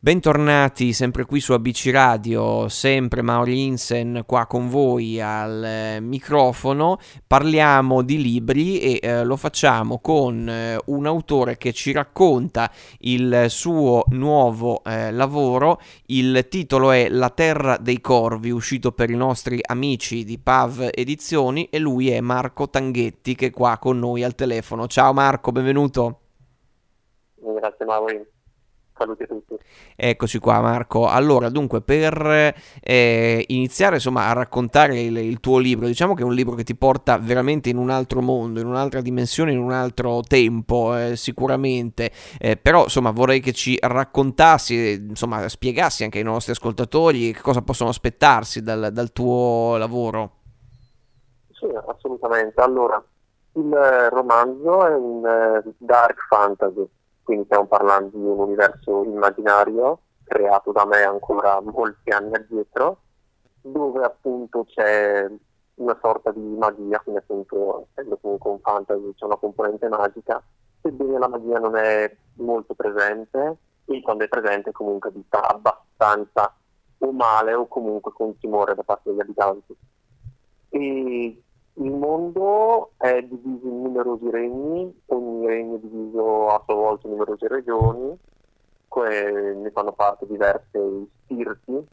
Bentornati sempre qui su ABC Radio, sempre Mauri Insen qua con voi al microfono. Parliamo di libri e lo facciamo con un autore che ci racconta il suo nuovo lavoro. Il titolo è La Terra dei Corvi, uscito per i nostri amici di PAV Edizioni, e lui è Marco Tanghetti, che è qua con noi al telefono. Ciao Marco, benvenuto. Grazie Mauri, saluti a tutti. Eccoci qua Marco. Allora, dunque, per iniziare insomma a raccontare il tuo libro, diciamo che è un libro che ti porta veramente in un altro mondo, in un'altra dimensione, in un altro tempo, sicuramente. Però insomma vorrei che ci raccontassi, insomma spiegassi anche ai nostri ascoltatori che cosa possono aspettarsi dal tuo lavoro. Sì, assolutamente. Allora, il romanzo è un dark fantasy, quindi stiamo parlando di un universo immaginario creato da me ancora molti anni addietro, dove appunto c'è una sorta di magia, quindi appunto essendo comunque un fantasy c'è una componente magica, sebbene la magia non è molto presente e quando è presente comunque dita abbastanza o male o comunque con timore da parte degli abitanti. E il mondo è diviso in numerosi regni, ogni regno è diviso a sua volta in numerose regioni, ne fanno parte diverse spiriti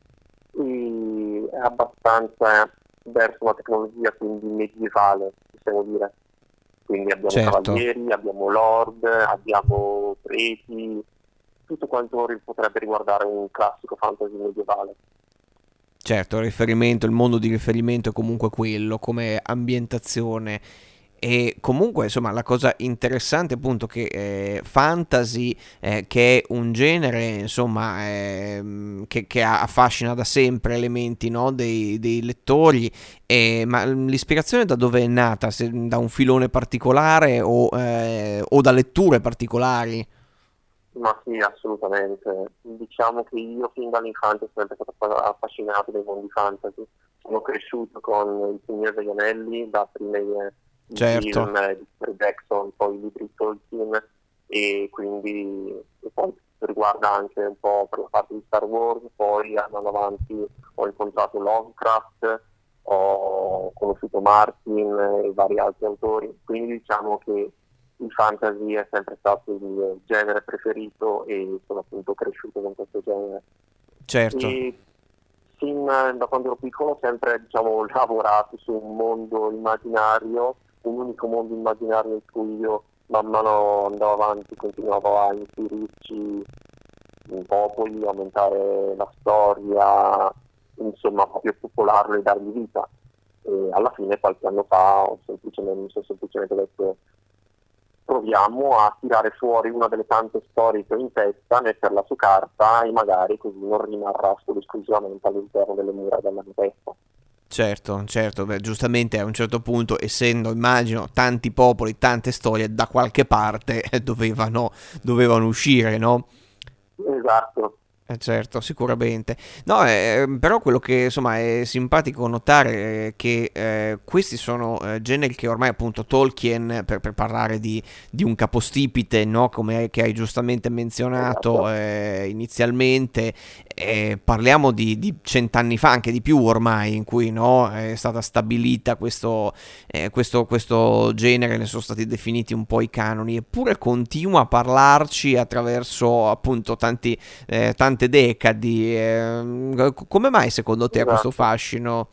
e è abbastanza verso una tecnologia quindi medievale, possiamo dire. Quindi abbiamo Certo. cavalieri, abbiamo lord, abbiamo preti, tutto quanto potrebbe riguardare un classico fantasy medievale. Certo, il mondo di riferimento è comunque quello, come ambientazione. E comunque, insomma, la cosa interessante appunto che fantasy, che è un genere, insomma, che affascina da sempre elementi, no, dei lettori, ma l'ispirazione da dove è nata? Da un filone particolare o da letture particolari? Ma sì, assolutamente. Diciamo che io fin dall'infanzia sono sempre stato affascinato dai mondi fantasy. Sono cresciuto con Il Signore degli Anelli, da prima i Certo. film di Peter Jackson, poi i libri di Tolkien, e quindi e poi riguarda anche un po' per la parte di Star Wars, poi andando avanti ho incontrato Lovecraft, ho conosciuto Martin e vari altri autori, quindi diciamo che il fantasy è sempre stato il genere preferito e sono appunto cresciuto con questo genere. Certo. E sin da quando ero piccolo ho sempre lavorato su un mondo immaginario, un unico mondo immaginario in cui io man mano andavo avanti, continuavo a inserirci in popoli, aumentare la storia, insomma proprio popolarlo e dargli vita. E alla fine qualche anno fa mi sono semplicemente detto proviamo a tirare fuori una delle tante storie che ho in testa, metterla su carta e magari così non rimarrà solo esclusivamente all'interno delle mura della mia testa. Certo, certo, beh, giustamente a un certo punto, essendo, immagino, tanti popoli, tante storie, da qualche parte dovevano uscire, no? Esatto. Certo, sicuramente. No, però quello che insomma è simpatico notare è che questi sono generi che ormai appunto Tolkien, per parlare di un capostipite, no? Come che hai giustamente menzionato Esatto. inizialmente, parliamo di 100 anni fa, anche di più ormai, in cui no, è stata stabilita questo genere, ne sono stati definiti un po' i canoni, eppure continua a parlarci attraverso appunto tante decadi. Come mai secondo te ha questo Esatto. fascino?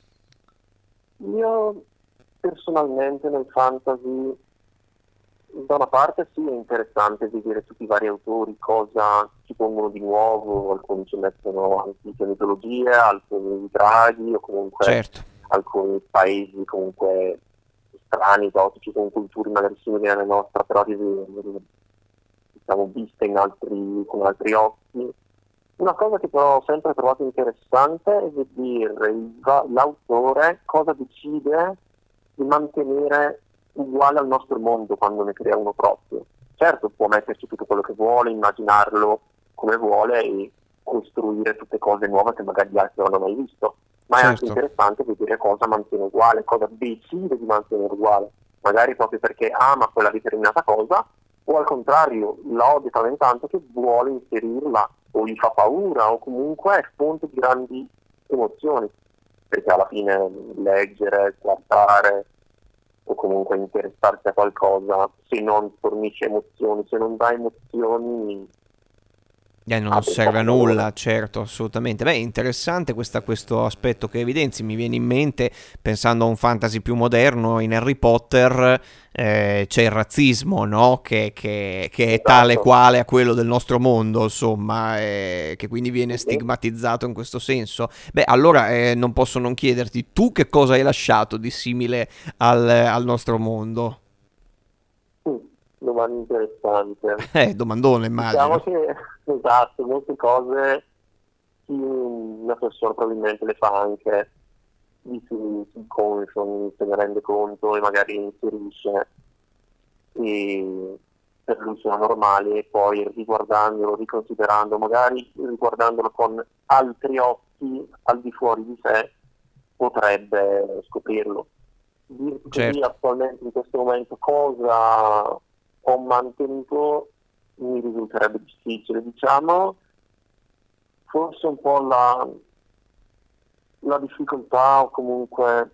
Io personalmente nel fantasy, da una parte sì è interessante vedere tutti i vari autori cosa ci pongono di nuovo, alcuni ci mettono antiche mitologie, alcuni draghi o comunque Certo, alcuni paesi comunque strani, esotici, con culture magari simili alla nostra, però diciamo, viste con altri occhi. Una cosa che però ho sempre trovato interessante è vedere l'autore cosa decide di mantenere uguale al nostro mondo quando ne crea uno proprio. Certo, può metterci tutto quello che vuole, immaginarlo come vuole e costruire tutte cose nuove che magari gli altri non hanno mai visto, ma è anche certo. interessante vedere cosa mantiene uguale, cosa decide di mantenere uguale, magari proprio perché ama quella determinata cosa o al contrario la odia talmente tanto che vuole inserirla o o gli fa paura o comunque è fonte di grandi emozioni, perché alla fine leggere, guardare o comunque interessarsi a qualcosa, se non fornisce emozioni, se non dà emozioni, Non serve a nulla, certo, assolutamente. Beh, interessante questo aspetto che evidenzi. Mi viene in mente, pensando a un fantasy più moderno, in Harry Potter c'è il razzismo, no? Che è tale esatto. quale a quello del nostro mondo, insomma, che quindi viene stigmatizzato in questo senso. Beh, allora non posso non chiederti, tu che cosa hai lasciato di simile al nostro mondo? Domanda interessante. Domandone, Diciamo immagino. che, esatto, molte cose una persona probabilmente le fa anche di più conscio, non se ne rende conto e magari inserisce e per lui sono normali e poi riguardandolo, riconsiderando, magari riguardandolo con altri occhi al di fuori di sé potrebbe scoprirlo. Dirti così Certo. attualmente in questo momento cosa ho mantenuto mi risulterebbe difficile, diciamo, forse un po' la difficoltà o comunque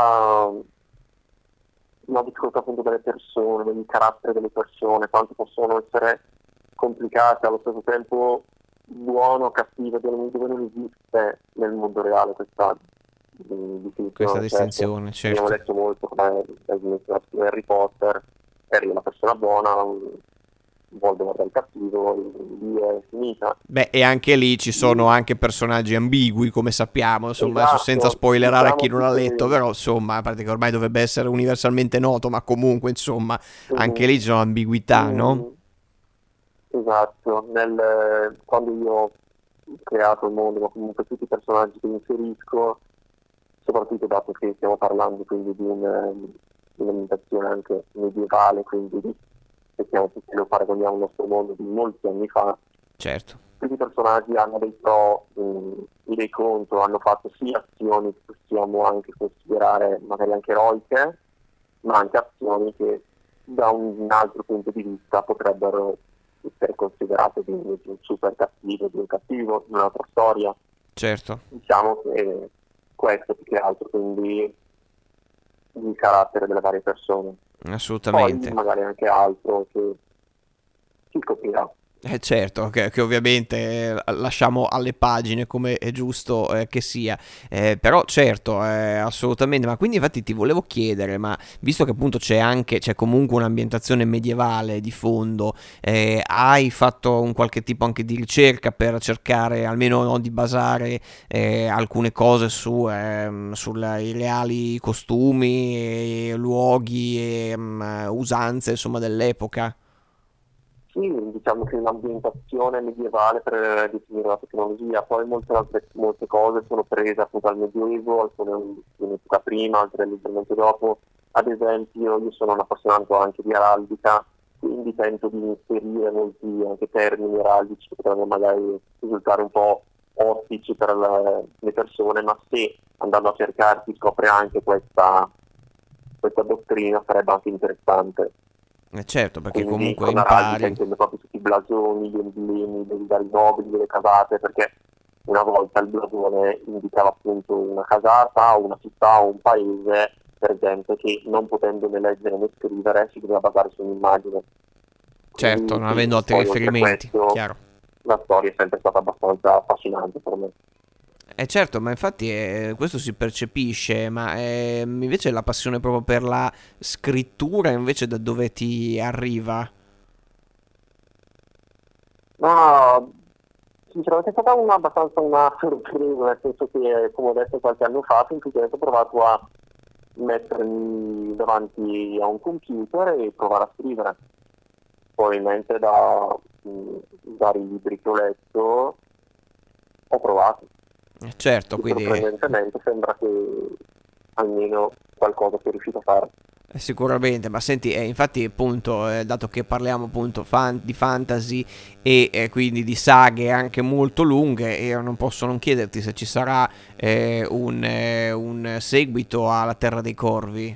la difficoltà appunto delle persone, del carattere delle persone, quanto possono essere complicate, allo stesso tempo buono o cattivo, dove non esiste nel mondo reale questa Questa distinzione. Certo, distinzione, abbiamo certo. letto molto come Harry Potter, Harry è una persona buona, Voldemort è il cattivo, lì è finita. Beh, e anche lì ci sono anche personaggi ambigui, come sappiamo, insomma, adesso senza Esatto, spoilerare a chi diciamo non sì l'ha letto, che però, insomma, a parte che ormai dovrebbe essere universalmente noto, ma comunque, insomma, anche mhm, lì ci sono ambiguità, no? mm, esatto, quando io ho creato il mondo, ma comunque tutti i personaggi che inserisco, soprattutto dato che stiamo parlando quindi di un'ambientazione anche medievale, quindi se lo paragoniamo al nostro mondo di molti anni fa, Certo, tutti i personaggi hanno dei pro e dei contro, hanno fatto sia azioni che possiamo anche considerare magari anche eroiche, ma anche azioni che da un altro punto di vista potrebbero essere considerate di un super cattivo, di un cattivo, di un'altra storia. certo, Diciamo che questo più che altro, quindi il carattere delle varie persone. Poi assolutamente. magari anche altro che si scoprirà. Certo, che ovviamente lasciamo alle pagine come è giusto che sia. Però certo, assolutamente, ma quindi infatti ti volevo chiedere, ma visto che appunto c'è comunque un'ambientazione medievale di fondo, hai fatto un qualche tipo anche di ricerca per cercare almeno no, di basare alcune cose sui reali costumi, luoghi e usanze insomma dell'epoca? Sì, diciamo che l'ambientazione medievale per definire la tecnologia, poi molte cose sono prese appunto dal Medioevo, alcune in epoca prima, altre leggermente dopo. Ad esempio, io sono un appassionato anche di araldica, quindi tento di inserire molti anche termini araldici che potrebbero magari risultare un po' ostici per le persone, ma se andando a cercare si scopre anche questa dottrina sarebbe anche interessante. Certo, perché Quindi comunque con araldica impari. intendo proprio tutti i blasoni, gli emblemi dei vari nobili, delle casate, perché una volta il blasone indicava appunto una casata, una città o un paese, per gente che non potendo né leggere né scrivere si doveva basare su un'immagine. Certo, Quindi non avendo sì, altri poi oltre a riferimenti, questo chiaro. la storia è sempre stata abbastanza affascinante per me. Certo, ma infatti questo si percepisce, ma invece la passione proprio per la scrittura invece da dove ti arriva? Ma sinceramente è stata abbastanza una sorpresa, nel senso che come ho detto qualche anno fa, semplicemente ho provato a mettermi davanti a un computer e provare a scrivere. Probabilmente da vari libri che ho letto ho provato. Certo, E quindi sorprendentemente sembra che almeno qualcosa sia riuscito a fare. sicuramente, ma senti, infatti appunto, dato che parliamo appunto di fantasy e quindi di saghe anche molto lunghe, io non posso non chiederti se ci sarà un seguito alla Terra dei Corvi.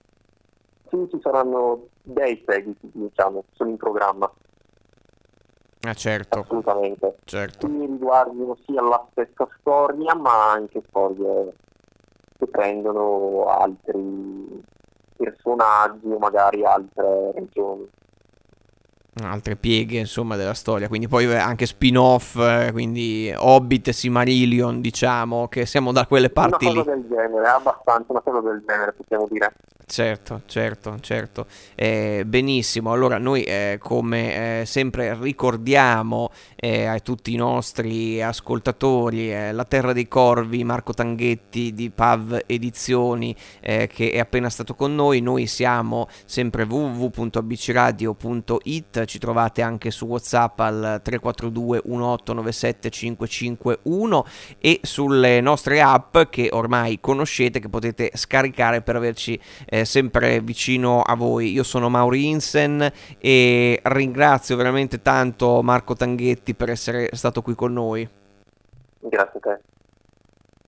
Sì, ci saranno dei seguiti, diciamo, sono in programma. Certo, assolutamente. certo. Quindi riguardino sia la stessa storia, ma anche storie che prendono altri personaggi o magari altre regioni. Altre pieghe insomma della storia, quindi poi anche spin-off, quindi Hobbit e Silmarillion, diciamo che siamo da quelle Una parti cosa lì. del genere, abbastanza una cosa del genere, possiamo dire. Certo, certo, certo. Benissimo, allora noi come sempre ricordiamo a tutti i nostri ascoltatori La Terra dei Corvi, Marco Tanghetti di PAV Edizioni, che è appena stato con noi siamo sempre www.abcradio.it, ci trovate anche su WhatsApp al 342 1897 551 e sulle nostre app che ormai conoscete, che potete scaricare per averci sempre vicino a voi. Io sono Mauri Insen e ringrazio veramente tanto Marco Tanghetti per essere stato qui con noi. Grazie a te.